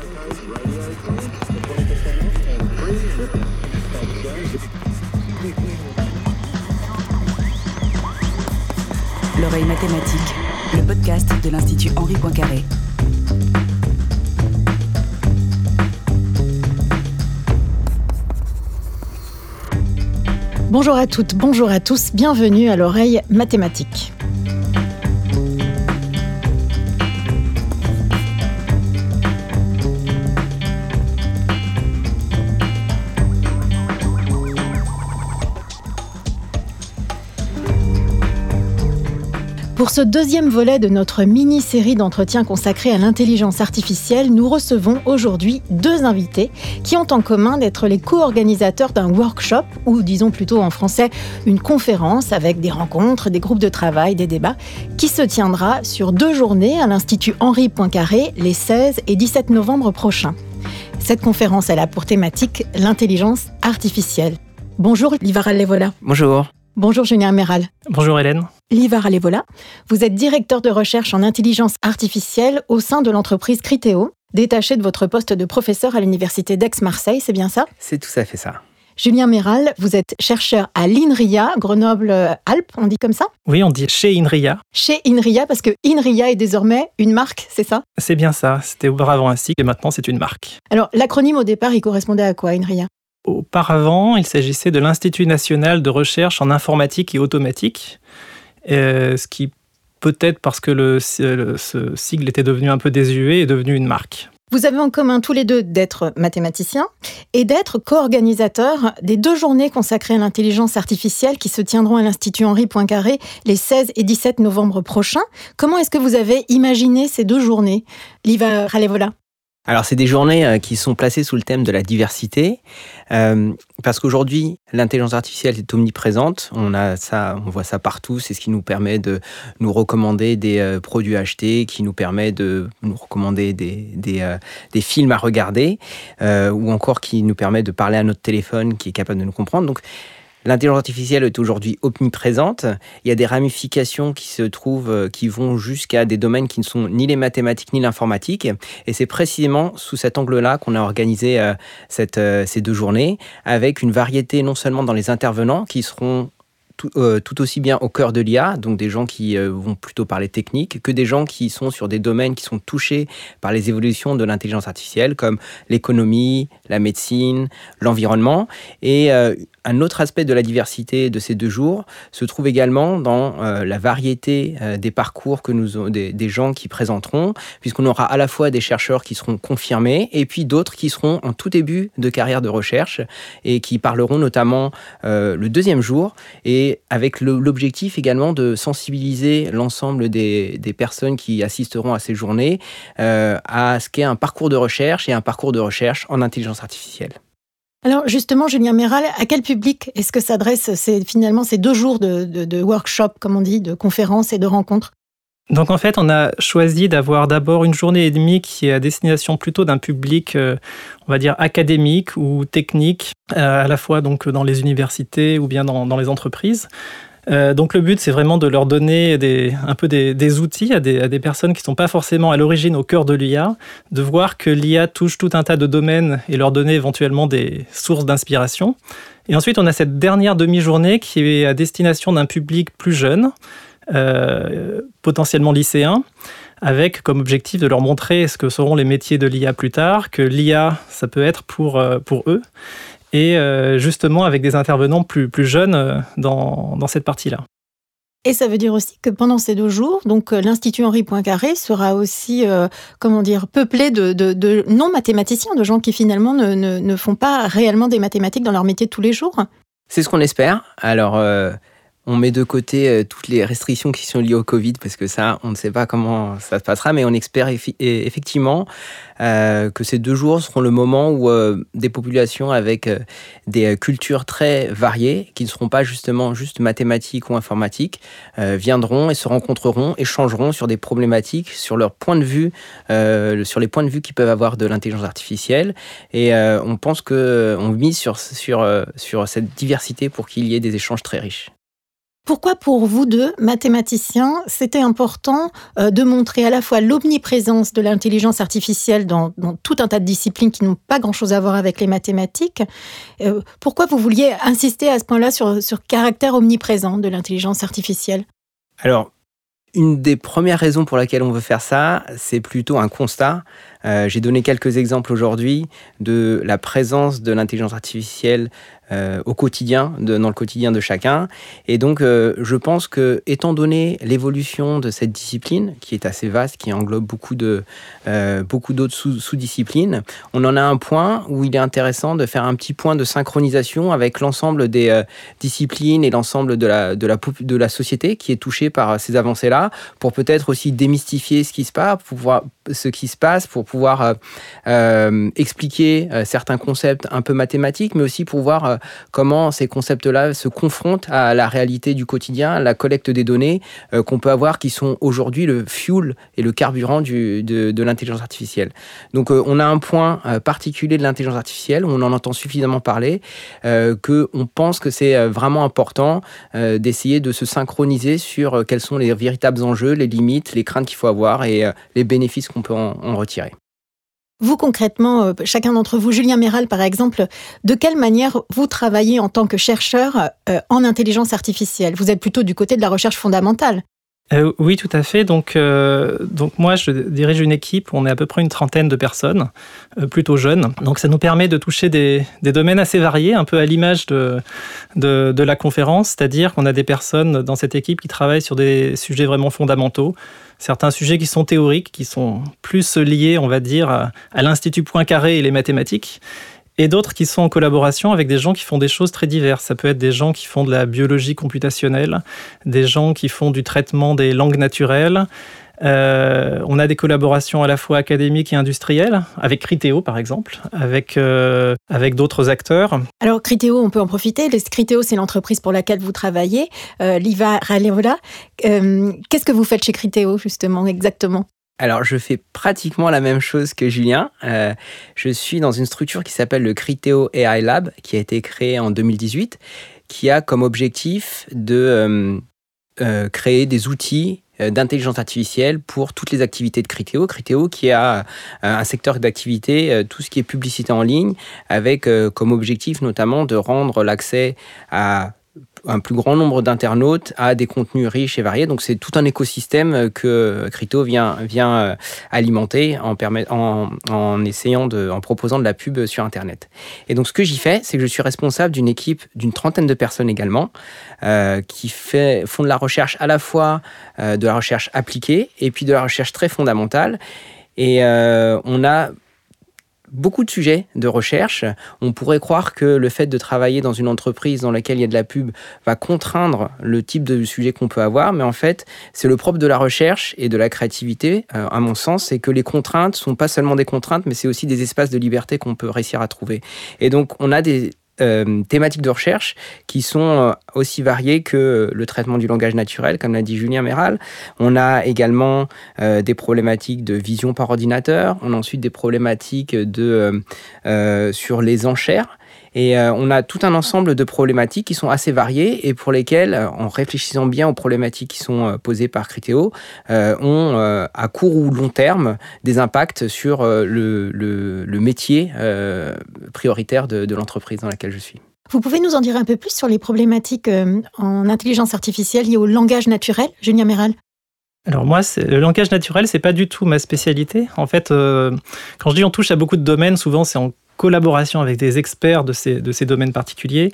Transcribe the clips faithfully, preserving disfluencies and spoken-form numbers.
L'oreille mathématique, le podcast de l'Institut Henri Poincaré. Bonjour à toutes, bonjour à tous, bienvenue à l'oreille mathématique. Pour ce deuxième volet de notre mini-série d'entretiens consacrés à l'intelligence artificielle, nous recevons aujourd'hui deux invités qui ont en commun d'être les co-organisateurs d'un workshop, ou disons plutôt en français une conférence avec des rencontres, des groupes de travail, des débats, qui se tiendra sur deux journées à l'Institut Henri Poincaré les seize et dix-sept novembre prochains. Cette conférence, elle a pour thématique l'intelligence artificielle. Bonjour Livar Alevola. Bonjour. Bonjour Julien Méral. Bonjour Hélène. Livar Alevola, vous êtes directeur de recherche en intelligence artificielle au sein de l'entreprise Criteo, détaché de votre poste de professeur à l'université d'Aix-Marseille, c'est bien ça ? C'est tout à fait ça. Julien Méral, vous êtes chercheur à l'INRIA, Grenoble-Alpes, on dit comme ça ? Oui, on dit chez INRIA. Chez INRIA, parce que INRIA est désormais une marque, c'est ça ? C'est bien ça, c'était auparavant un cycle et maintenant c'est une marque. Alors, l'acronyme au départ, il correspondait à quoi, INRIA ? Auparavant, il s'agissait de l'Institut national de recherche en informatique et automatique, euh, ce qui, peut-être parce que le, le, ce sigle était devenu un peu désuet, est devenu une marque. Vous avez en commun tous les deux d'être mathématiciens et d'être co-organisateurs des deux journées consacrées à l'intelligence artificielle qui se tiendront à l'Institut Henri Poincaré les seize et dix-sept novembre prochains. Comment est-ce que vous avez imaginé ces deux journées, Livar Alevola ? Alors, c'est des journées qui sont placées sous le thème de la diversité, euh, parce qu'aujourd'hui, l'intelligence artificielle est omniprésente. On a ça, on voit ça partout. C'est ce qui nous permet de nous recommander des euh, produits à acheter, qui nous permet de nous recommander des des, euh, des films à regarder, euh, ou encore qui nous permet de parler à notre téléphone, qui est capable de nous comprendre. Donc, l'intelligence artificielle est aujourd'hui omniprésente. Il y a des ramifications qui se trouvent, qui vont jusqu'à des domaines qui ne sont ni les mathématiques ni l'informatique. Et c'est précisément sous cet angle-là qu'on a organisé euh, cette, euh, ces deux journées, avec une variété non seulement dans les intervenants qui seront Tout, euh, tout aussi bien au cœur de l'I A, donc des gens qui euh, vont plutôt parler technique, que des gens qui sont sur des domaines qui sont touchés par les évolutions de l'intelligence artificielle, comme l'économie, la médecine, l'environnement. Et euh, un autre aspect de la diversité de ces deux jours se trouve également dans euh, la variété euh, des parcours que nous, des, des gens qui présenteront, puisqu'on aura à la fois des chercheurs qui seront confirmés, et puis d'autres qui seront en tout début de carrière de recherche, et qui parleront notamment euh, le deuxième jour, et avec le, l'objectif également de sensibiliser l'ensemble des, des personnes qui assisteront à ces journées euh, à ce qu'est un parcours de recherche et un parcours de recherche en intelligence artificielle. Alors justement, Julien Méral, à quel public est-ce que s'adressent ces, finalement ces deux jours de, de, de workshop, comme on dit, de conférences et de rencontres ? Donc en fait, on a choisi d'avoir d'abord une journée et demie qui est à destination plutôt d'un public, euh, on va dire, académique ou technique, euh, à la fois donc dans les universités ou bien dans, dans les entreprises. Euh, donc le but, c'est vraiment de leur donner des, un peu des, des outils à des, à des personnes qui ne sont pas forcément à l'origine au cœur de l'I A, de voir que l'I A touche tout un tas de domaines et leur donner éventuellement des sources d'inspiration. Et ensuite, on a cette dernière demi-journée qui est à destination d'un public plus jeune, Euh, potentiellement lycéens, avec comme objectif de leur montrer ce que seront les métiers de l'I A plus tard, que l'I A, ça peut être pour, euh, pour eux, et euh, justement avec des intervenants plus, plus jeunes euh, dans, dans cette partie-là. Et ça veut dire aussi que pendant ces deux jours, donc l'Institut Henri Poincaré sera aussi, euh, comment dire, peuplé de, de, de non-mathématiciens, de gens qui finalement ne, ne, ne font pas réellement des mathématiques dans leur métier de tous les jours. C'est ce qu'on espère. Alors... Euh... On met de côté euh, toutes les restrictions qui sont liées au Covid, parce que ça, on ne sait pas comment ça se passera, mais on espère eff- effectivement euh, que ces deux jours seront le moment où euh, des populations avec euh, des cultures très variées, qui ne seront pas justement juste mathématiques ou informatiques, euh, viendront et se rencontreront, échangeront sur des problématiques, sur leur point de vue, euh, sur les points de vue qu'ils peuvent avoir de l'intelligence artificielle. Et euh, on pense qu'on mise sur, sur, sur cette diversité pour qu'il y ait des échanges très riches. Pourquoi pour vous deux, mathématiciens, c'était important euh, de montrer à la fois l'omniprésence de l'intelligence artificielle dans, dans tout un tas de disciplines qui n'ont pas grand-chose à voir avec les mathématiques. Euh, pourquoi vous vouliez insister à ce point-là sur sur caractère omniprésent de l'intelligence artificielle ? Alors, une des premières raisons pour laquelle on veut faire ça, c'est plutôt un constat. Euh, j'ai donné quelques exemples aujourd'hui de la présence de l'intelligence artificielle euh, au quotidien, de, dans le quotidien de chacun. Et donc, euh, je pense que, étant donné l'évolution de cette discipline, qui est assez vaste, qui englobe beaucoup de euh, beaucoup d'autres sous, sous-disciplines, on en a un point où il est intéressant de faire un petit point de synchronisation avec l'ensemble des euh, disciplines et l'ensemble de la de la de la société qui est touchée par ces avancées-là, pour peut-être aussi démystifier ce qui se passe, pour pouvoir ce qui se passe, pour pouvoir euh, euh, expliquer euh, certains concepts un peu mathématiques, mais aussi pour voir euh, comment ces concepts-là se confrontent à la réalité du quotidien, à la collecte des données euh, qu'on peut avoir, qui sont aujourd'hui le fuel et le carburant du, de, de l'intelligence artificielle. Donc euh, on a un point euh, particulier de l'intelligence artificielle, où on en entend suffisamment parler, euh, qu'on pense que c'est vraiment important euh, d'essayer de se synchroniser sur euh, quels sont les véritables enjeux, les limites, les craintes qu'il faut avoir et euh, les bénéfices qu'on peut en, en retirer. Vous, concrètement, chacun d'entre vous, Julien Méral, par exemple, de quelle manière vous travaillez en tant que chercheur euh, en intelligence artificielle ? Vous êtes plutôt du côté de la recherche fondamentale. Euh, oui, tout à fait. Donc, euh, donc moi, je dirige une équipe où on est à peu près une trentaine de personnes, euh, plutôt jeunes. Donc, ça nous permet de toucher des, des domaines assez variés, un peu à l'image de, de, de la conférence, c'est-à-dire qu'on a des personnes dans cette équipe qui travaillent sur des sujets vraiment fondamentaux, certains sujets qui sont théoriques, qui sont plus liés, on va dire, à, à l'Institut Poincaré et les mathématiques, et d'autres qui sont en collaboration avec des gens qui font des choses très diverses. Ça peut être des gens qui font de la biologie computationnelle, des gens qui font du traitement des langues naturelles. Euh, on a des collaborations à la fois académiques et industrielles, avec Criteo par exemple, avec, euh, avec d'autres acteurs. Alors Criteo, on peut en profiter. Criteo, c'est l'entreprise pour laquelle vous travaillez, euh, Liva Raleola. Euh, qu'est-ce que vous faites chez Criteo, justement, exactement ? Alors, je fais pratiquement la même chose que Julien. Euh, je suis dans une structure qui s'appelle le Criteo A I Lab, qui a été créée en deux mille dix-huit, qui a comme objectif de euh, euh, créer des outils d'intelligence artificielle pour toutes les activités de Criteo. Criteo qui a un secteur d'activité, tout ce qui est publicité en ligne, avec comme objectif notamment de rendre l'accès à un plus grand nombre d'internautes à des contenus riches et variés. Donc, c'est tout un écosystème que Criteo vient, vient alimenter en, permet, en, en essayant de, en proposant de la pub sur Internet. Et donc, ce que j'y fais, c'est que je suis responsable d'une équipe d'une trentaine de personnes également, euh, qui fait, font de la recherche à la fois euh, de la recherche appliquée et puis de la recherche très fondamentale. Et euh, on a beaucoup de sujets de recherche. On pourrait croire que le fait de travailler dans une entreprise dans laquelle il y a de la pub va contraindre le type de sujet qu'on peut avoir, mais en fait, c'est le propre de la recherche et de la créativité, euh, à mon sens, c'est que les contraintes sont pas seulement des contraintes, mais c'est aussi des espaces de liberté qu'on peut réussir à trouver. Et donc, on a des Euh, thématiques de recherche qui sont euh, aussi variées que le traitement du langage naturel, comme l'a dit Julien Méral. On a également euh, des problématiques de vision par ordinateur. On a ensuite des problématiques de, euh, euh, sur les enchères. Et euh, on a tout un ensemble de problématiques qui sont assez variées et pour lesquelles, en réfléchissant bien aux problématiques qui sont euh, posées par Criteo, euh, ont euh, à court ou long terme des impacts sur euh, le, le, le métier euh, prioritaire de, de l'entreprise dans laquelle je suis. Vous pouvez nous en dire un peu plus sur les problématiques euh, en intelligence artificielle liées au langage naturel, Julien Méral ? Alors moi, c'est, le langage naturel, c'est pas du tout ma spécialité. En fait, euh, quand je dis on touche à beaucoup de domaines, souvent c'est en collaboration avec des experts de ces, de ces domaines particuliers.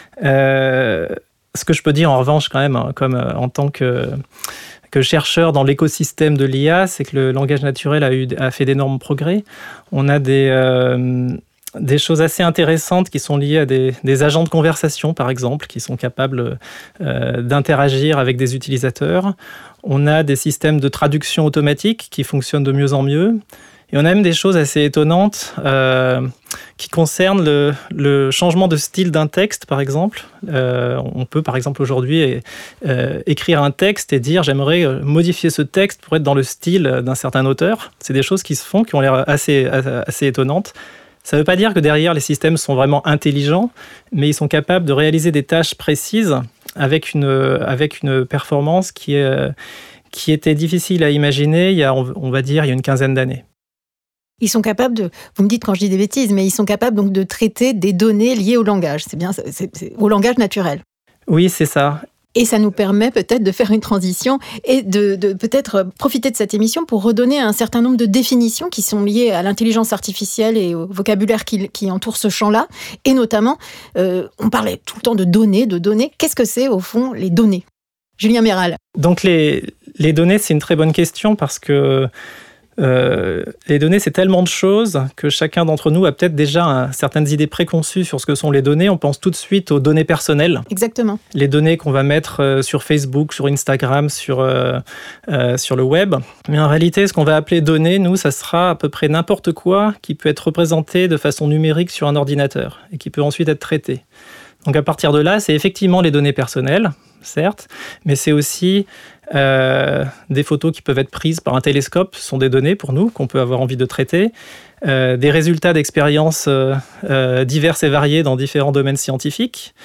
Euh, ce que je peux dire en revanche quand même, comme en tant que, que chercheur dans l'écosystème de l'I A, c'est que le langage naturel a, eu, a fait d'énormes progrès. On a des, euh, des choses assez intéressantes qui sont liées à des, des agents de conversation, par exemple, qui sont capables euh, d'interagir avec des utilisateurs. On a des systèmes de traduction automatique qui fonctionnent de mieux en mieux. Et on a même des choses assez étonnantes euh, qui concernent le, le changement de style d'un texte, par exemple. Euh, on peut, par exemple, aujourd'hui euh, écrire un texte et dire « j'aimerais modifier ce texte pour être dans le style d'un certain auteur ». C'est des choses qui se font, qui ont l'air assez, assez étonnantes. Ça ne veut pas dire que derrière, les systèmes sont vraiment intelligents, mais ils sont capables de réaliser des tâches précises avec une, avec une performance qui, est, qui était difficile à imaginer il y a, on va dire, il y a une quinzaine d'années. Ils sont capables de, vous me dites quand je dis des bêtises, mais ils sont capables donc de traiter des données liées au langage, c'est bien, c'est, c'est, au langage naturel. Oui, c'est ça. Et ça nous permet peut-être de faire une transition et de, de peut-être profiter de cette émission pour redonner un certain nombre de définitions qui sont liées à l'intelligence artificielle et au vocabulaire qui, qui entoure ce champ-là. Et notamment, euh, on parlait tout le temps de données, de données. Qu'est-ce que c'est au fond les données ? Julien Méral. Donc les, les données, c'est une très bonne question parce que Euh, les données, c'est tellement de choses que chacun d'entre nous a peut-être déjà un, certaines idées préconçues sur ce que sont les données. On pense tout de suite aux données personnelles. Exactement. Les données qu'on va mettre euh, sur Facebook, sur Instagram, sur, euh, euh, sur le web. Mais en réalité, ce qu'on va appeler données, nous, ça sera à peu près n'importe quoi qui peut être représenté de façon numérique sur un ordinateur et qui peut ensuite être traité. Donc à partir de là, c'est effectivement les données personnelles, certes, mais c'est aussi euh, des photos qui peuvent être prises par un télescope, ce sont des données pour nous qu'on peut avoir envie de traiter, euh, des résultats d'expériences euh, euh, diverses et variées dans différents domaines scientifiques.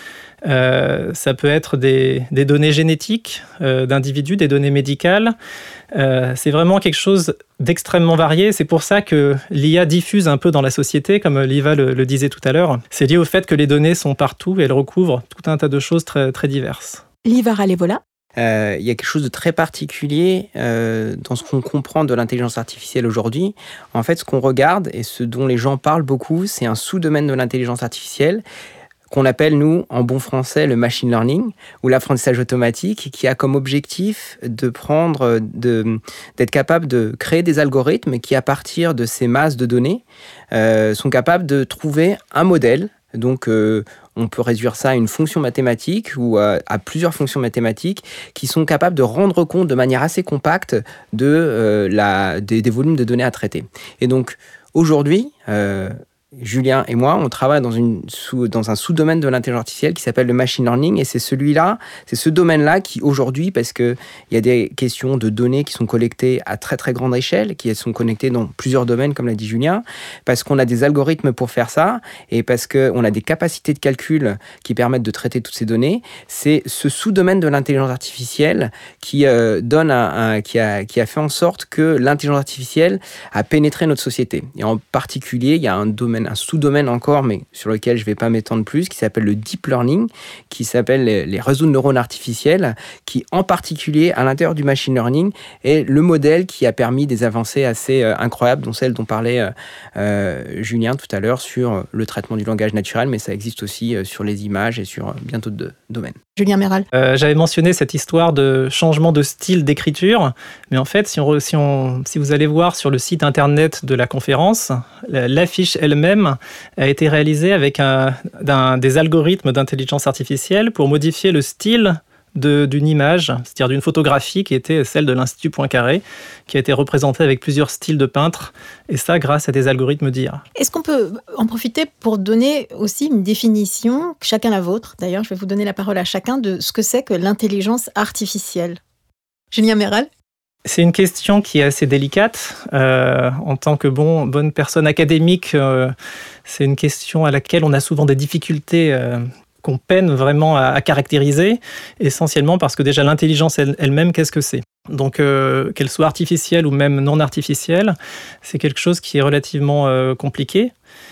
Euh, ça peut être des, des données génétiques euh, d'individus, des données médicales. Euh, c'est vraiment quelque chose d'extrêmement varié. C'est pour ça que l'I A diffuse un peu dans la société, comme Liva le, le disait tout à l'heure. C'est lié au fait que les données sont partout et elles recouvrent tout un tas de choses très, très diverses. Liva Ralevola. Euh, il y a quelque chose de très particulier euh, dans ce qu'on comprend de l'intelligence artificielle aujourd'hui. En fait, ce qu'on regarde et ce dont les gens parlent beaucoup, c'est un sous-domaine de l'intelligence artificielle qu'on appelle, nous, en bon français, le machine learning, ou l'apprentissage automatique, qui a comme objectif de prendre, de, d'être capable de créer des algorithmes qui, à partir de ces masses de données, euh, sont capables de trouver un modèle. Donc, euh, on peut réduire ça à une fonction mathématique ou à, à plusieurs fonctions mathématiques qui sont capables de rendre compte de manière assez compacte de, euh, la, des, des volumes de données à traiter. Et donc, aujourd'hui, euh, Julien et moi, on travaille dans, une sous, dans un sous-domaine de l'intelligence artificielle qui s'appelle le machine learning, et c'est celui-là, c'est ce domaine-là qui aujourd'hui, parce qu'il y a des questions de données qui sont collectées à très très grande échelle, qui sont connectées dans plusieurs domaines, comme l'a dit Julien, parce qu'on a des algorithmes pour faire ça, et parce qu'on a des capacités de calcul qui permettent de traiter toutes ces données, c'est ce sous-domaine de l'intelligence artificielle qui, euh, donne un, un, qui, a, qui a fait en sorte que l'intelligence artificielle a pénétré notre société. Et en particulier, il y a un domaine un sous-domaine encore, mais sur lequel je ne vais pas m'étendre plus, qui s'appelle le deep learning, qui s'appelle les, les réseaux de neurones artificiels, qui en particulier, à l'intérieur du machine learning, est le modèle qui a permis des avancées assez euh, incroyables, dont celle dont parlait euh, euh, Julien tout à l'heure sur le traitement du langage naturel, mais ça existe aussi euh, sur les images et sur euh, bien d'autres de, domaines. Julien Méral. Euh, j'avais mentionné cette histoire de changement de style d'écriture, mais en fait, si, on, si, on, si vous allez voir sur le site internet de la conférence, l'affiche elle-même a été réalisée avec un, un, des algorithmes d'intelligence artificielle pour modifier le style de, d'une image, c'est-à-dire d'une photographie qui était celle de l'Institut Poincaré, qui a été représentée avec plusieurs styles de peintres, et ça grâce à des algorithmes d'I A. Est-ce qu'on peut en profiter pour donner aussi une définition, chacun la vôtre, d'ailleurs je vais vous donner la parole à chacun, de ce que c'est que l'intelligence artificielle ? Julien Méral ? C'est une question qui est assez délicate. Euh, en tant que bon, bonne personne académique, euh, c'est une question à laquelle on a souvent des difficultés euh, qu'on peine vraiment à, à caractériser, essentiellement parce que déjà l'intelligence elle, elle-même, qu'est-ce que c'est ? Donc euh, qu'elle soit artificielle ou même non artificielle, c'est quelque chose qui est relativement euh, compliqué.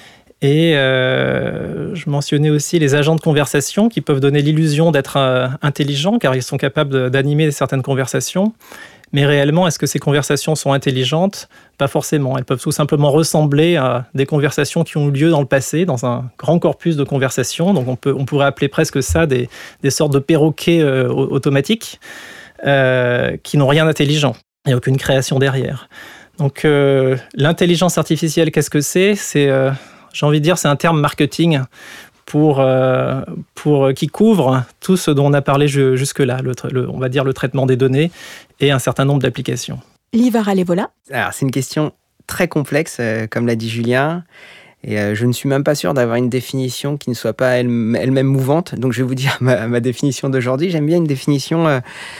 Et euh, je mentionnais aussi les agents de conversation qui peuvent donner l'illusion d'être euh, intelligents car ils sont capables d'animer certaines conversations. Mais réellement, est-ce que ces conversations sont intelligentes ? Pas forcément. Elles peuvent tout simplement ressembler à des conversations qui ont eu lieu dans le passé, dans un grand corpus de conversations. Donc on, peut, on pourrait appeler presque ça des, des sortes de perroquets euh, automatiques euh, qui n'ont rien d'intelligent. Il n'y a aucune création derrière. Donc euh, l'intelligence artificielle, qu'est-ce que c'est ? C'est, euh, j'ai envie de dire, c'est un terme marketing pour, euh, pour, qui couvre tout ce dont on a parlé jusque-là, le, le, on va dire le traitement des données et un certain nombre d'applications. Liva Ralevola. Alors, c'est une question très complexe, euh, comme l'a dit Julien, et euh, je ne suis même pas sûr d'avoir une définition qui ne soit pas elle, elle-même mouvante, donc je vais vous dire ma, ma définition d'aujourd'hui. J'aime bien une définition euh,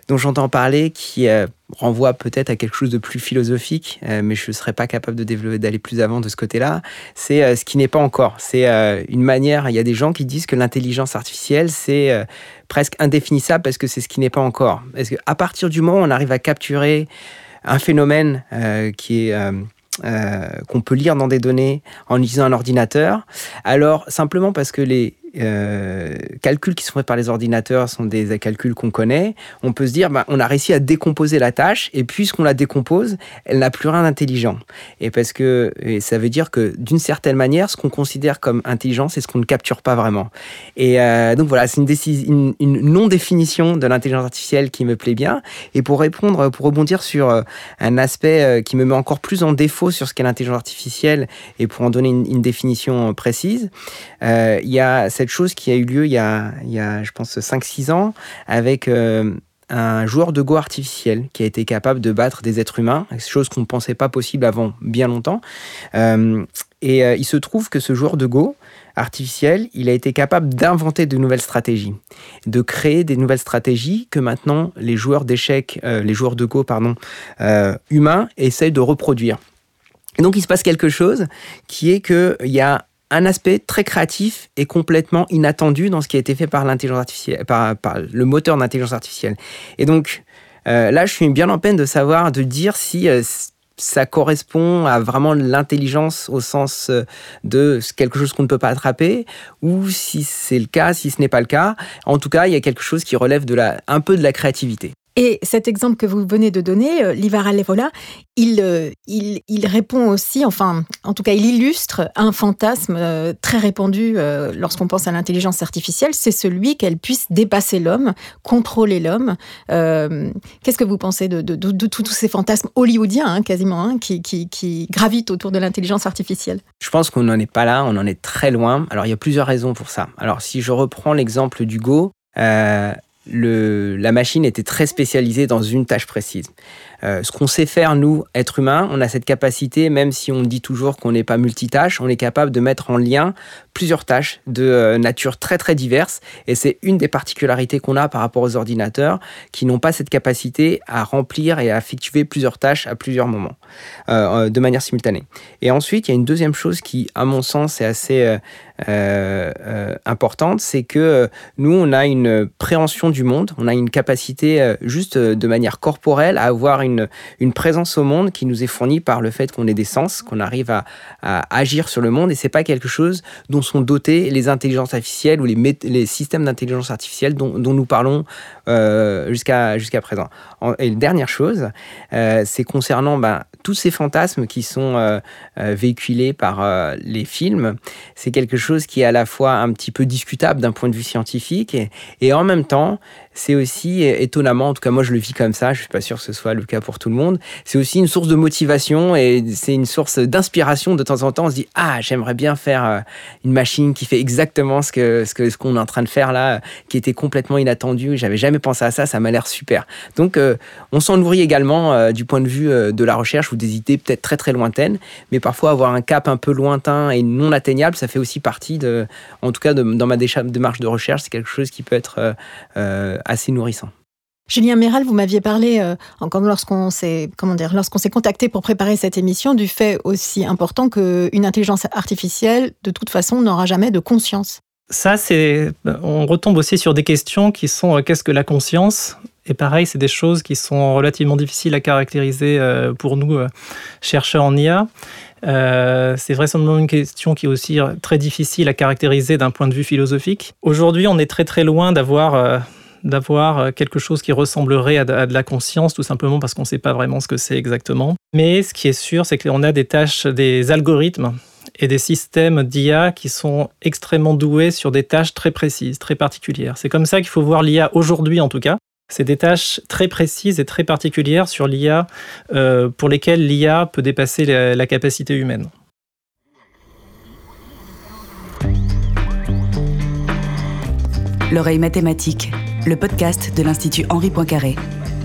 dont j'entends parler qui euh, renvoie peut-être à quelque chose de plus philosophique, euh, mais je ne serais pas capable de développer, d'aller plus avant de ce côté-là. C'est euh, ce qui n'est pas encore. C'est euh, une manière, il y a des gens qui disent que l'intelligence artificielle, c'est euh, presque indéfinissable parce que c'est ce qui n'est pas encore. Parce qu'à partir du moment où on arrive à capturer un phénomène euh, qui est... Euh, Euh, qu'on peut lire dans des données en utilisant un ordinateur, alors simplement parce que les euh, calculs qui sont faits par les ordinateurs sont des calculs qu'on connaît, on peut se dire bah, on a réussi à décomposer la tâche et puisqu'on la décompose, elle n'a plus rien d'intelligent. Et parce que et ça veut dire que d'une certaine manière, ce qu'on considère comme intelligent, c'est ce qu'on ne capture pas vraiment. Et euh, donc voilà, c'est une, décis- une, une non-définition de l'intelligence artificielle qui me plaît bien. Et pour répondre, pour rebondir sur euh, un aspect euh, qui me met encore plus en défaut sur ce qu'est l'intelligence artificielle et pour en donner une, une définition précise, euh, il y a cette chose qui a eu lieu il y a, il y a je pense, cinq six ans avec euh, un joueur de Go artificiel qui a été capable de battre des êtres humains, chose qu'on ne pensait pas possible avant bien longtemps. Euh, et euh, il se trouve que ce joueur de Go artificiel, il a été capable d'inventer de nouvelles stratégies, de créer des nouvelles stratégies que maintenant les joueurs d'échecs, euh, les joueurs de Go, pardon, euh, humains essayent de reproduire. Et donc il se passe quelque chose qui est qu'il y a un aspect très créatif et complètement inattendu dans ce qui a été fait par l'intelligence artificielle, par, par le moteur d'intelligence artificielle. Et donc, euh, là, je suis bien en peine de savoir, de dire si euh, ça correspond à vraiment l'intelligence au sens de quelque chose qu'on ne peut pas attraper, ou si c'est le cas, si ce n'est pas le cas. En tout cas, il y a quelque chose qui relève de la, un peu de la créativité. Et cet exemple que vous venez de donner, euh, Livar Alevola, il, euh, il, il répond aussi, enfin, en tout cas, il illustre un fantasme euh, très répandu euh, lorsqu'on pense à l'intelligence artificielle, c'est celui qu'elle puisse dépasser l'homme, contrôler l'homme. Euh, qu'est-ce que vous pensez de, de, de, de tous ces fantasmes hollywoodiens, hein, quasiment, hein, qui, qui, qui gravitent autour de l'intelligence artificielle ? Je pense qu'on n'en est pas là, on en est très loin. Alors, il y a plusieurs raisons pour ça. Alors, si je reprends l'exemple du Go, euh, Le, la machine était très spécialisée dans une tâche précise. Euh, ce qu'on sait faire, nous, êtres humains, on a cette capacité, même si on dit toujours qu'on n'est pas multitâche, on est capable de mettre en lien plusieurs tâches de euh, nature très très diverses. Et c'est une des particularités qu'on a par rapport aux ordinateurs qui n'ont pas cette capacité à remplir et à effectuer plusieurs tâches à plusieurs moments, euh, de manière simultanée. Et ensuite, il y a une deuxième chose qui, à mon sens, est assez euh, euh, euh, importante, c'est que euh, nous, on a une préhension du monde, on a une capacité euh, juste euh, de manière corporelle à avoir une Une, une présence au monde qui nous est fournie par le fait qu'on ait des sens, qu'on arrive à, à agir sur le monde, et c'est pas quelque chose dont sont dotés les intelligences artificielles ou les, mé- les systèmes d'intelligence artificielle dont, dont nous parlons euh, jusqu'à, jusqu'à présent. En, et la dernière chose, euh, c'est concernant ben, tous ces fantasmes qui sont euh, euh, véhiculés par euh, les films, c'est quelque chose qui est à la fois un petit peu discutable d'un point de vue scientifique et, et en même temps, c'est aussi étonnamment, en tout cas moi je le vis comme ça, je suis pas sûr que ce soit le cas pour tout le monde, c'est aussi une source de motivation et c'est une source d'inspiration de temps en temps. On se dit ah j'aimerais bien faire une machine qui fait exactement ce que ce que ce qu'on est en train de faire là, qui était complètement inattendu, j'avais jamais pensé à ça, ça m'a l'air super. Donc euh, on s'en nourrit également euh, du point de vue euh, de la recherche ou des idées peut-être très très lointaines, mais parfois avoir un cap un peu lointain et non atteignable, ça fait aussi partie de, en tout cas de, dans ma démarche de recherche, c'est quelque chose qui peut être euh, euh, assez nourrissant. Julien Méral, vous m'aviez parlé, euh, encore lorsqu'on s'est, comment dire, lorsqu'on s'est contacté pour préparer cette émission, du fait aussi important qu'une intelligence artificielle, de toute façon, n'aura jamais de conscience. Ça, c'est, on retombe aussi sur des questions qui sont euh, qu'est-ce que la conscience ? Et pareil, c'est des choses qui sont relativement difficiles à caractériser euh, pour nous, euh, chercheurs en I A. Euh, c'est vraisemblablement une question qui est aussi très difficile à caractériser d'un point de vue philosophique. Aujourd'hui, on est très très loin d'avoir... Euh, d'avoir quelque chose qui ressemblerait à de la conscience, tout simplement parce qu'on ne sait pas vraiment ce que c'est exactement. Mais ce qui est sûr, c'est qu'on a des tâches, des algorithmes et des systèmes d'I A qui sont extrêmement doués sur des tâches très précises, très particulières. C'est comme ça qu'il faut voir l'I A aujourd'hui, en tout cas. C'est des tâches très précises et très particulières sur l'I A euh, pour lesquelles l'I A peut dépasser la, la capacité humaine. L'oreille mathématique, le podcast de l'Institut Henri Poincaré.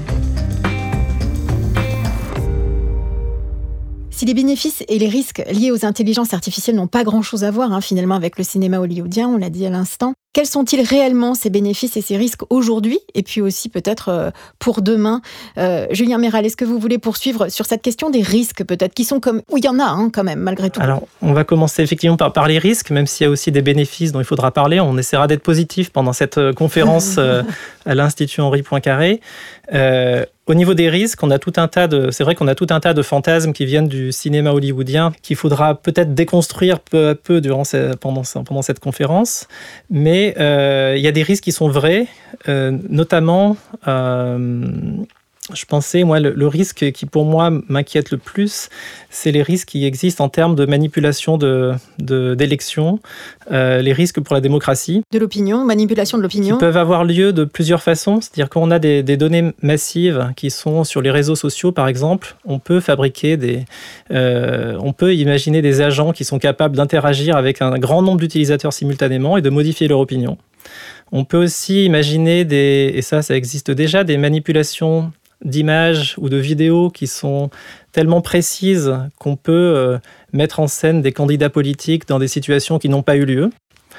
Si les bénéfices et les risques liés aux intelligences artificielles n'ont pas grand-chose à voir, hein, finalement, avec le cinéma hollywoodien, on l'a dit à l'instant, Quels sont-ils réellement, ces bénéfices et ces risques aujourd'hui, et puis aussi peut-être euh, pour demain? euh, Julien Méral, est-ce que vous voulez poursuivre sur cette question des risques, peut-être, qui sont comme... Oui, il y en a hein, quand même, malgré tout. Alors, on va commencer effectivement par, par les risques, même s'il y a aussi des bénéfices dont il faudra parler. On essaiera d'être positif pendant cette conférence euh, à l'Institut Henri Poincaré. Euh, Au niveau des risques, on a tout un tas de, c'est vrai qu'on a tout un tas de fantasmes qui viennent du cinéma hollywoodien qu'il faudra peut-être déconstruire peu à peu durant ce, pendant, pendant cette conférence. Mais euh, il y a des risques qui sont vrais, euh, notamment, euh, je pensais, moi, le, le risque qui pour moi m'inquiète le plus, c'est les risques qui existent en termes de manipulation de, de, d'élections, euh, les risques pour la démocratie. De l'opinion, manipulation de l'opinion. Qui peuvent avoir lieu de plusieurs façons. C'est-à-dire qu'on a des, des données massives qui sont sur les réseaux sociaux, par exemple. On peut fabriquer des... Euh, on peut imaginer des agents qui sont capables d'interagir avec un grand nombre d'utilisateurs simultanément et de modifier leur opinion. On peut aussi imaginer des... Et ça, ça existe déjà, des manipulations d'images ou de vidéos qui sont tellement précises qu'on peut euh, mettre en scène des candidats politiques dans des situations qui n'ont pas eu lieu.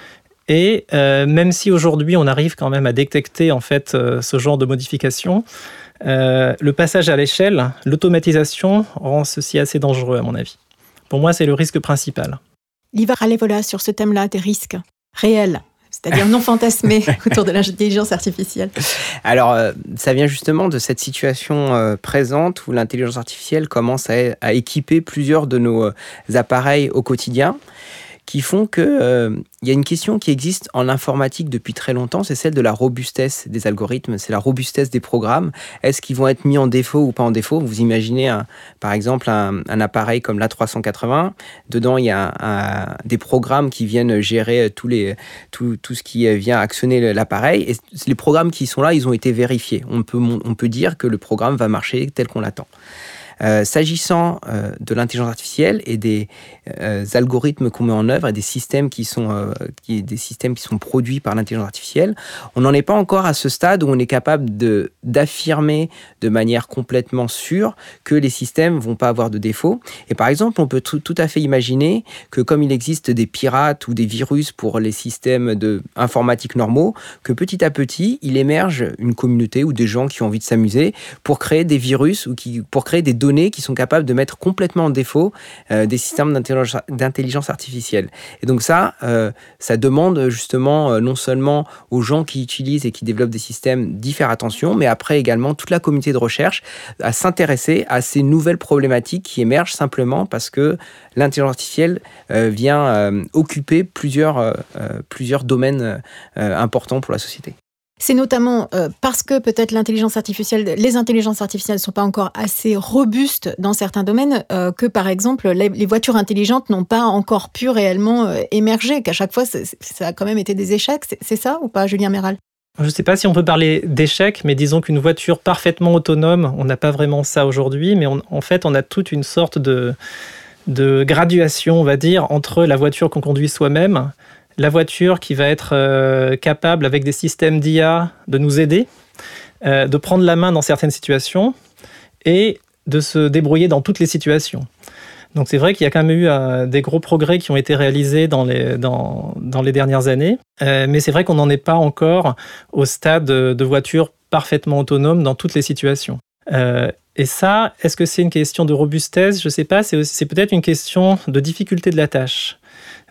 Et euh, même si aujourd'hui on arrive quand même à détecter en fait euh, ce genre de modification, euh, le passage à l'échelle, l'automatisation rend ceci assez dangereux à mon avis. Pour moi, c'est le risque principal. Liva Ralevola, sur ce thème-là, des risques réels, c'est-à-dire non fantasmés autour de l'intelligence artificielle. Alors, euh, ça vient justement de cette situation euh, présente où l'intelligence artificielle commence à, à équiper plusieurs de nos euh, appareils au quotidien, qui font qu'il euh, y a une question qui existe en informatique depuis très longtemps, c'est celle de la robustesse des algorithmes, c'est la robustesse des programmes. Est-ce qu'ils vont être mis en défaut ou pas en défaut? Vous imaginez, un, par exemple, un, un appareil comme l'A trois cent quatre-vingts, dedans il y a un, un, des programmes qui viennent gérer tous les, tout, tout ce qui vient actionner l'appareil, et les programmes qui sont là, ils ont été vérifiés. On peut, on peut dire que le programme va marcher tel qu'on l'attend. Euh, s'agissant euh, de l'intelligence artificielle et des euh, algorithmes qu'on met en œuvre et des systèmes qui sont, euh, qui, des systèmes qui sont produits par l'intelligence artificielle, on n'en est pas encore à ce stade où on est capable de, d'affirmer de manière complètement sûre que les systèmes vont pas avoir de défauts. Et par exemple, on peut tout, tout à fait imaginer que comme il existe des pirates ou des virus pour les systèmes de informatique normaux, que petit à petit, il émerge une communauté ou des gens qui ont envie de s'amuser pour créer des virus ou qui, pour créer des données qui sont capables de mettre complètement en défaut euh, des systèmes d'intelligence, d'intelligence artificielle. Et donc ça, euh, ça demande justement euh, non seulement aux gens qui utilisent et qui développent des systèmes d'y faire attention, mais après également toute la communauté de recherche à s'intéresser à ces nouvelles problématiques qui émergent simplement parce que l'intelligence artificielle euh, vient euh, occuper plusieurs, euh, plusieurs domaines euh, importants pour la société. C'est notamment euh, parce que peut-être l'intelligence artificielle, les intelligences artificielles ne sont pas encore assez robustes dans certains domaines euh, que, par exemple, les, les voitures intelligentes n'ont pas encore pu réellement euh, émerger, qu'à chaque fois, c'est, ça a quand même été des échecs. C'est, c'est ça ou pas, Julien Méral? Je ne sais pas si on peut parler d'échec, mais disons qu'une voiture parfaitement autonome, on n'a pas vraiment ça aujourd'hui, mais on, en fait, on a toute une sorte de, de graduation, on va dire, entre la voiture qu'on conduit soi-même, la voiture qui va être euh, capable, avec des systèmes d'I A, de nous aider, euh, de prendre la main dans certaines situations et de se débrouiller dans toutes les situations. Donc c'est vrai qu'il y a quand même eu euh, des gros progrès qui ont été réalisés dans les, dans, dans les dernières années, euh, mais c'est vrai qu'on n'en est pas encore au stade de, de voiture parfaitement autonome dans toutes les situations. Euh, et ça, est-ce que c'est une question de robustesse? Je ne sais pas, c'est, aussi, c'est peut-être une question de difficulté de la tâche.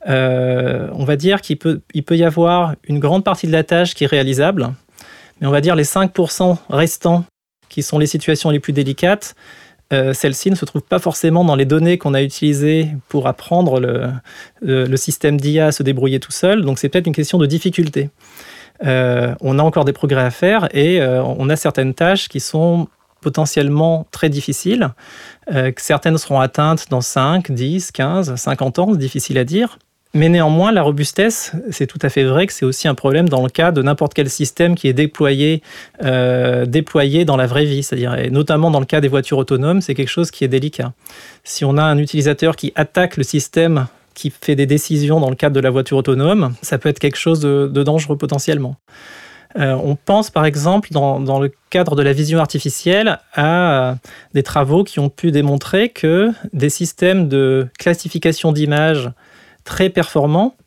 Euh, on va dire qu'il peut, il peut y avoir une grande partie de la tâche qui est réalisable, mais on va dire les cinq pour cent restants qui sont les situations les plus délicates, euh, celles-ci ne se trouvent pas forcément dans les données qu'on a utilisées pour apprendre le, le, le système d'I A à se débrouiller tout seul, donc c'est peut-être une question de difficulté. Euh, on a encore des progrès à faire et euh, on a certaines tâches qui sont potentiellement très difficiles, euh, que certaines seront atteintes dans cinq, dix, quinze, cinquante ans, c'est difficile à dire. Mais néanmoins, la robustesse, c'est tout à fait vrai que c'est aussi un problème dans le cas de n'importe quel système qui est déployé, euh, déployé dans la vraie vie. C'est-à-dire, et notamment dans le cas des voitures autonomes, c'est quelque chose qui est délicat. Si on a un utilisateur qui attaque le système qui fait des décisions dans le cadre de la voiture autonome, ça peut être quelque chose de, de dangereux potentiellement. Euh, on pense par exemple dans, dans le cadre de la vision artificielle à des travaux qui ont pu démontrer que des systèmes de classification d'images très performants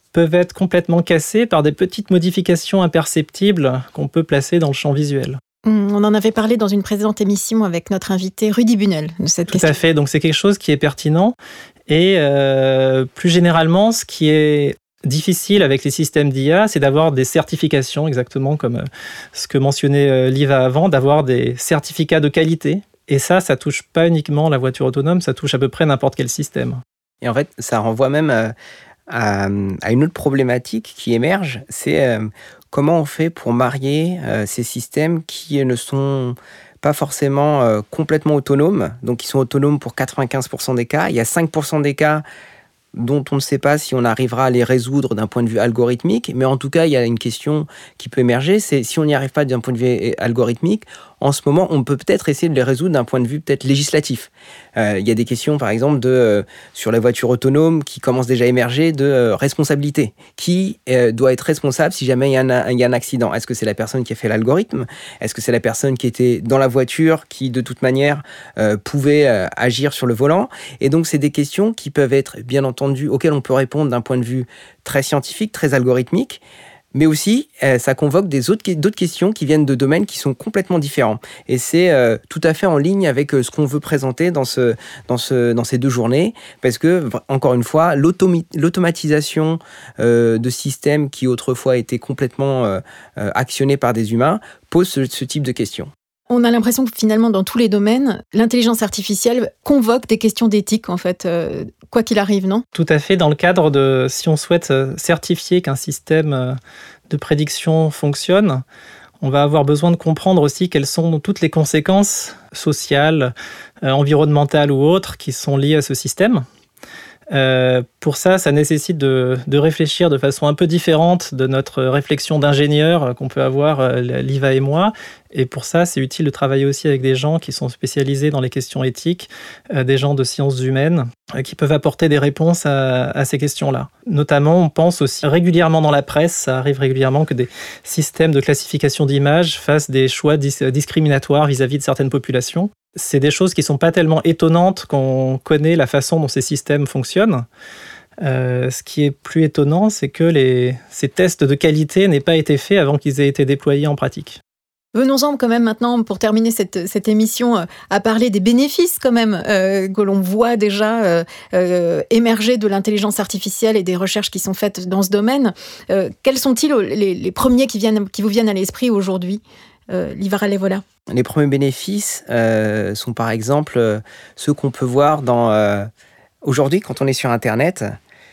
peuvent être complètement cassés par des petites modifications imperceptibles qu'on peut placer dans le champ visuel. On en avait parlé dans une précédente émission avec notre invité Rudy Bunel de cette Tout question. à fait, donc c'est quelque chose qui est pertinent. Et euh, plus généralement, ce qui est difficile avec les systèmes d'I A, c'est d'avoir des certifications, exactement comme ce que mentionnait Liva avant, d'avoir des certificats de qualité. Et ça, ça touche pas uniquement la voiture autonome, ça touche à peu près n'importe quel système. Et en fait, ça renvoie même à, à, à une autre problématique qui émerge, c'est euh, comment on fait pour marier euh, ces systèmes qui ne sont pas forcément euh, complètement autonomes, donc qui sont autonomes pour quatre-vingt-quinze pour cent des cas. Il y a cinq pour cent des cas dont on ne sait pas si on arrivera à les résoudre d'un point de vue algorithmique, mais en tout cas, il y a une question qui peut émerger, c'est si on n'y arrive pas d'un point de vue algorithmique, en ce moment, on peut peut-être essayer de les résoudre d'un point de vue peut-être législatif. Euh, il y a des questions, par exemple, de, euh, sur la voiture autonome qui commencent déjà à émerger de euh, responsabilité. Qui euh, doit être responsable si jamais il y, a un, il y a un accident ? Est-ce que c'est la personne qui a fait l'algorithme ? Est-ce que c'est la personne qui était dans la voiture qui, de toute manière, euh, pouvait euh, agir sur le volant ? Et donc, c'est des questions qui peuvent être, bien entendu, auxquelles on peut répondre d'un point de vue très scientifique, très algorithmique, mais aussi, euh, ça convoque des autres, d'autres questions qui viennent de domaines qui sont complètement différents. Et c'est euh, tout à fait en ligne avec euh, ce qu'on veut présenter dans, ce, dans, ce, dans ces deux journées, parce que, encore une fois, l'automi- l'automatisation euh, de systèmes qui autrefois étaient complètement euh, euh, actionnés par des humains pose ce, ce type de questions. On a l'impression que finalement, dans tous les domaines, l'intelligence artificielle convoque des questions d'éthique, en fait, euh, quoi qu'il arrive, non ? Tout à fait, dans le cadre de, si on souhaite certifier qu'un système de prédiction fonctionne, on va avoir besoin de comprendre aussi quelles sont toutes les conséquences sociales, euh, environnementales ou autres qui sont liées à ce système. Euh, pour ça, ça nécessite de, de réfléchir de façon un peu différente de notre réflexion d'ingénieur qu'on peut avoir, euh, Liva et moi. Et pour ça, c'est utile de travailler aussi avec des gens qui sont spécialisés dans les questions éthiques, euh, des gens de sciences humaines, euh, qui peuvent apporter des réponses à, à ces questions-là. Notamment, on pense aussi régulièrement dans la presse, ça arrive régulièrement que des systèmes de classification d'images fassent des choix dis- discriminatoires vis-à-vis de certaines populations. C'est des choses qui ne sont pas tellement étonnantes quand on connaît la façon dont ces systèmes fonctionnent. Euh, ce qui est plus étonnant, c'est que les, ces tests de qualité n'aient pas été faits avant qu'ils aient été déployés en pratique. Venons-en quand même maintenant, pour terminer cette, cette émission, euh, à parler des bénéfices quand même euh, que l'on voit déjà euh, euh, émerger de l'intelligence artificielle et des recherches qui sont faites dans ce domaine. Euh, quels sont-ils les, les premiers qui, viennent, qui vous viennent à l'esprit aujourd'hui ? Euh, Liva Ralevola. Les premiers bénéfices euh, sont par exemple euh, ceux qu'on peut voir dans... Euh, aujourd'hui, quand on est sur Internet,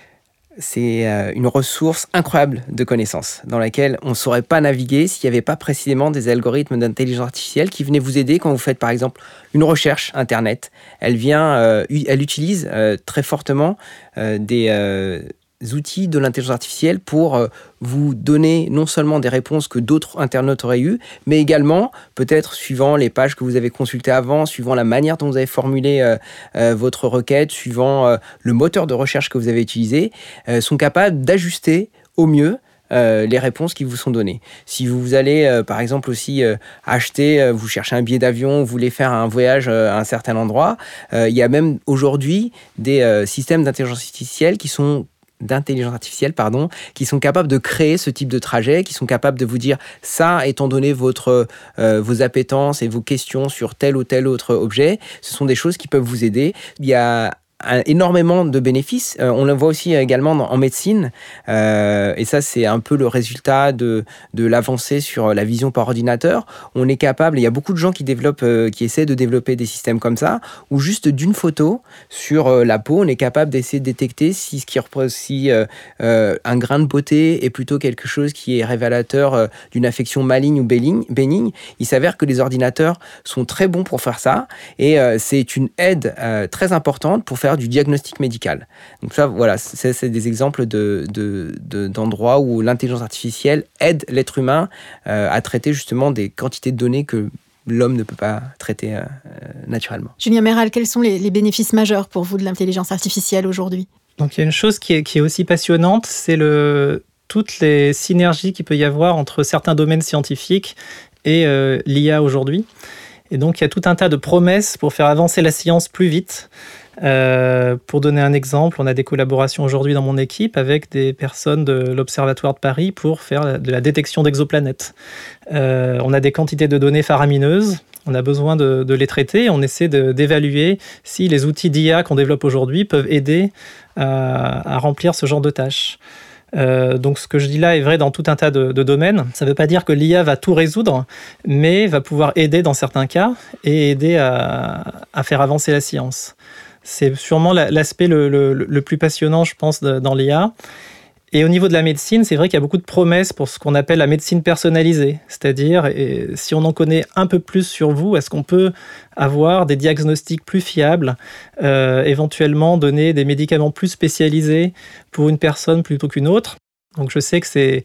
c'est euh, une ressource incroyable de connaissances dans laquelle on ne saurait pas naviguer s'il n'y avait pas précisément des algorithmes d'intelligence artificielle qui venaient vous aider quand vous faites par exemple une recherche Internet. Elle, vient, euh, elle utilise euh, très fortement euh, des... Euh, outils de l'intelligence artificielle pour euh, vous donner non seulement des réponses que d'autres internautes auraient eues, mais également, peut-être suivant les pages que vous avez consultées avant, suivant la manière dont vous avez formulé euh, euh, votre requête, suivant euh, le moteur de recherche que vous avez utilisé, euh, sont capables d'ajuster au mieux Euh, les réponses qui vous sont données. Si vous allez, euh, par exemple, aussi euh, acheter, euh, vous cherchez un billet d'avion, vous voulez faire un voyage euh, à un certain endroit, euh, il y a même aujourd'hui des euh, systèmes d'intelligence artificielle qui sont d'intelligence artificielle, pardon, qui sont capables de créer ce type de trajet, qui sont capables de vous dire ça, étant donné votre, euh, vos appétences et vos questions sur tel ou tel autre objet, ce sont des choses qui peuvent vous aider. Il y a énormément de bénéfices. Euh, on le voit aussi également dans, en médecine. Euh, et ça, c'est un peu le résultat de, de l'avancée sur la vision par ordinateur. On est capable, il y a beaucoup de gens qui développent, euh, qui essaient de développer des systèmes comme ça, où juste d'une photo sur euh, la peau, on est capable d'essayer de détecter si, ce qui repose, si euh, euh, un grain de beauté est plutôt quelque chose qui est révélateur euh, d'une affection maligne ou bénigne, bénigne. Il s'avère que les ordinateurs sont très bons pour faire ça. Et euh, c'est une aide euh, très importante pour faire du diagnostic médical. Donc ça, voilà, c'est, c'est des exemples de, de, de, d'endroits où l'intelligence artificielle aide l'être humain euh, à traiter justement des quantités de données que l'homme ne peut pas traiter euh, naturellement. Julien Méral, quels sont les, les bénéfices majeurs pour vous de l'intelligence artificielle aujourd'hui ? Donc il y a une chose qui est, qui est aussi passionnante, c'est le, toutes les synergies qu'il peut y avoir entre certains domaines scientifiques et euh, l'I A aujourd'hui. Et donc il y a tout un tas de promesses pour faire avancer la science plus vite. Euh, pour donner un exemple, on a des collaborations aujourd'hui dans mon équipe avec des personnes de l'Observatoire de Paris pour faire de la détection d'exoplanètes. Euh, on a des quantités de données faramineuses, on a besoin de, de les traiter, on essaie de, d'évaluer si les outils d'I A qu'on développe aujourd'hui peuvent aider à, à remplir ce genre de tâches. Euh, donc ce que je dis là est vrai dans tout un tas de, de domaines. Ça ne veut pas dire que l'I A va tout résoudre, mais va pouvoir aider dans certains cas et aider à, à faire avancer la science. C'est sûrement l'aspect le, le, le plus passionnant, je pense, de, dans l'I A. Et au niveau de la médecine, c'est vrai qu'il y a beaucoup de promesses pour ce qu'on appelle la médecine personnalisée. C'est-à-dire, et si on en connaît un peu plus sur vous, est-ce qu'on peut avoir des diagnostics plus fiables, euh, éventuellement donner des médicaments plus spécialisés pour une personne plutôt qu'une autre. Donc je sais que c'est...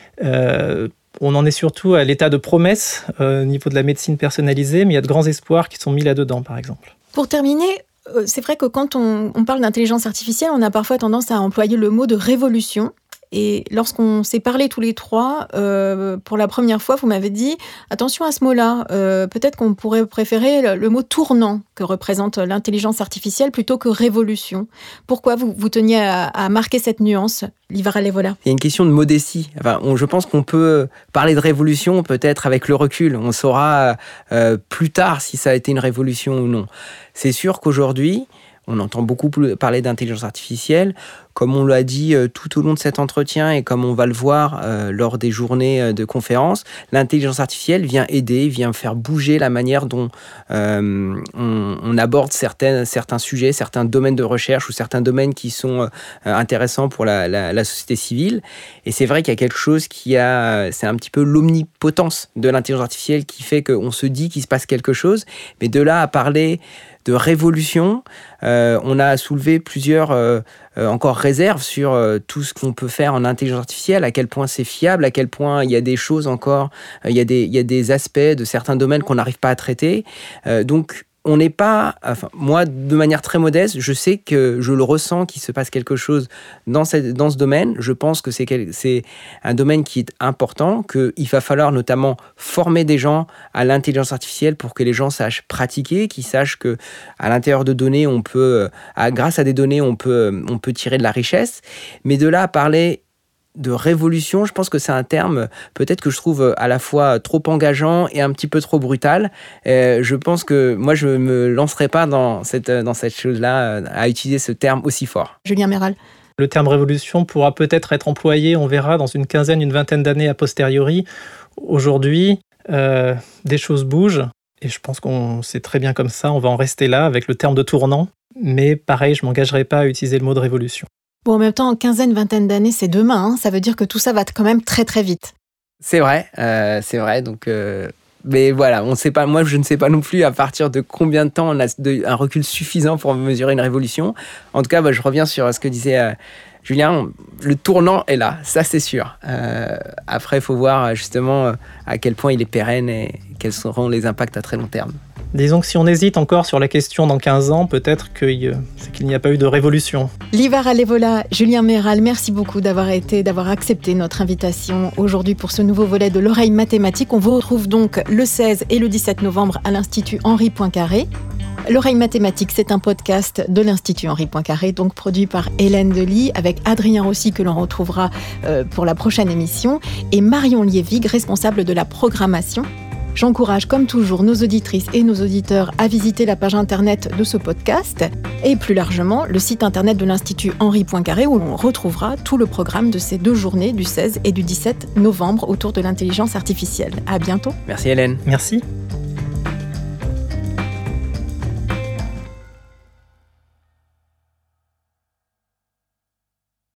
Euh, on en est surtout à l'état de promesse euh, au niveau de la médecine personnalisée, mais il y a de grands espoirs qui sont mis là-dedans, par exemple. Pour terminer, c'est vrai que quand on, on parle d'intelligence artificielle, on a parfois tendance à employer le mot de révolution. Et lorsqu'on s'est parlé tous les trois, euh, pour la première fois, vous m'avez dit « Attention à ce mot-là, euh, peut-être qu'on pourrait préférer le, le mot tournant que représente l'intelligence artificielle plutôt que révolution ». Pourquoi vous, vous teniez à, à marquer cette nuance, Livar Aleivola ? Il y a une question de modestie. Enfin, on, je pense qu'on peut parler de révolution peut-être avec le recul. On saura euh, plus tard si ça a été une révolution ou non. C'est sûr qu'aujourd'hui, on entend beaucoup parler d'intelligence artificielle. Comme on l'a dit euh, tout au long de cet entretien et comme on va le voir euh, lors des journées euh, de conférences, l'intelligence artificielle vient aider, vient faire bouger la manière dont euh, on, on aborde certaines, certains sujets, certains domaines de recherche ou certains domaines qui sont euh, intéressants pour la, la, la société civile. Et c'est vrai qu'il y a quelque chose qui a... C'est un petit peu l'omnipotence de l'intelligence artificielle qui fait qu'on se dit qu'il se passe quelque chose. Mais de là à parler de révolution, euh, on a soulevé plusieurs euh, euh, encore réserves sur euh, tout ce qu'on peut faire en intelligence artificielle, à quel point c'est fiable, à quel point il y a des choses encore, euh, il y a des, il y a des aspects de certains domaines qu'on n'arrive pas à traiter. Euh, donc, on n'est pas... Enfin, moi, de manière très modeste, je sais que je le ressens qu'il se passe quelque chose dans, cette, dans ce domaine. Je pense que c'est, quel, c'est un domaine qui est important, qu'il va falloir notamment former des gens à l'intelligence artificielle pour que les gens sachent pratiquer, qu'ils sachent qu'à l'intérieur de données, on peut, à, grâce à des données, on peut, on peut tirer de la richesse. Mais de là à parler de révolution, je pense que c'est un terme peut-être que je trouve à la fois trop engageant et un petit peu trop brutal. Euh, je pense que moi, je ne me lancerai pas dans cette, dans cette chose-là à utiliser ce terme aussi fort. Julien Méral. Le terme révolution pourra peut-être être employé, on verra, dans une quinzaine, une vingtaine d'années a posteriori. Aujourd'hui, euh, des choses bougent et je pense qu'on c'est très bien comme ça. On va en rester là avec le terme de tournant. Mais pareil, je ne m'engagerai pas à utiliser le mot de révolution. Bon, en même temps, en quinzaine, vingtaine d'années, c'est demain. Hein. Ça veut dire que tout ça va quand même très, très vite. C'est vrai, euh, c'est vrai. Donc, euh, mais voilà, on sait pas. Moi, je ne sais pas non plus à partir de combien de temps on a de, un recul suffisant pour mesurer une révolution. En tout cas, bah, je reviens sur ce que disait euh, Julien. Le tournant est là, ça c'est sûr. Euh, après, il faut voir justement à quel point il est pérenne et quels seront les impacts à très long terme. Disons que si on hésite encore sur la question dans quinze ans, peut-être que c'est qu'il n'y a pas eu de révolution. Livar Aleivola, Julien Méral, merci beaucoup d'avoir été, d'avoir accepté notre invitation aujourd'hui pour ce nouveau volet de l'oreille mathématique. On vous retrouve donc le seize et le dix-sept novembre à l'Institut Henri Poincaré. L'oreille mathématique, c'est un podcast de l'Institut Henri Poincaré, donc produit par Hélène Delis, avec Adrien Rossi que l'on retrouvera pour la prochaine émission, et Marion Lievig, responsable de la programmation. J'encourage comme toujours nos auditrices et nos auditeurs à visiter la page internet de ce podcast et plus largement le site internet de l'Institut Henri Poincaré où l'on retrouvera tout le programme de ces deux journées du seize et du dix-sept novembre autour de l'intelligence artificielle. À bientôt. Merci Hélène. Merci.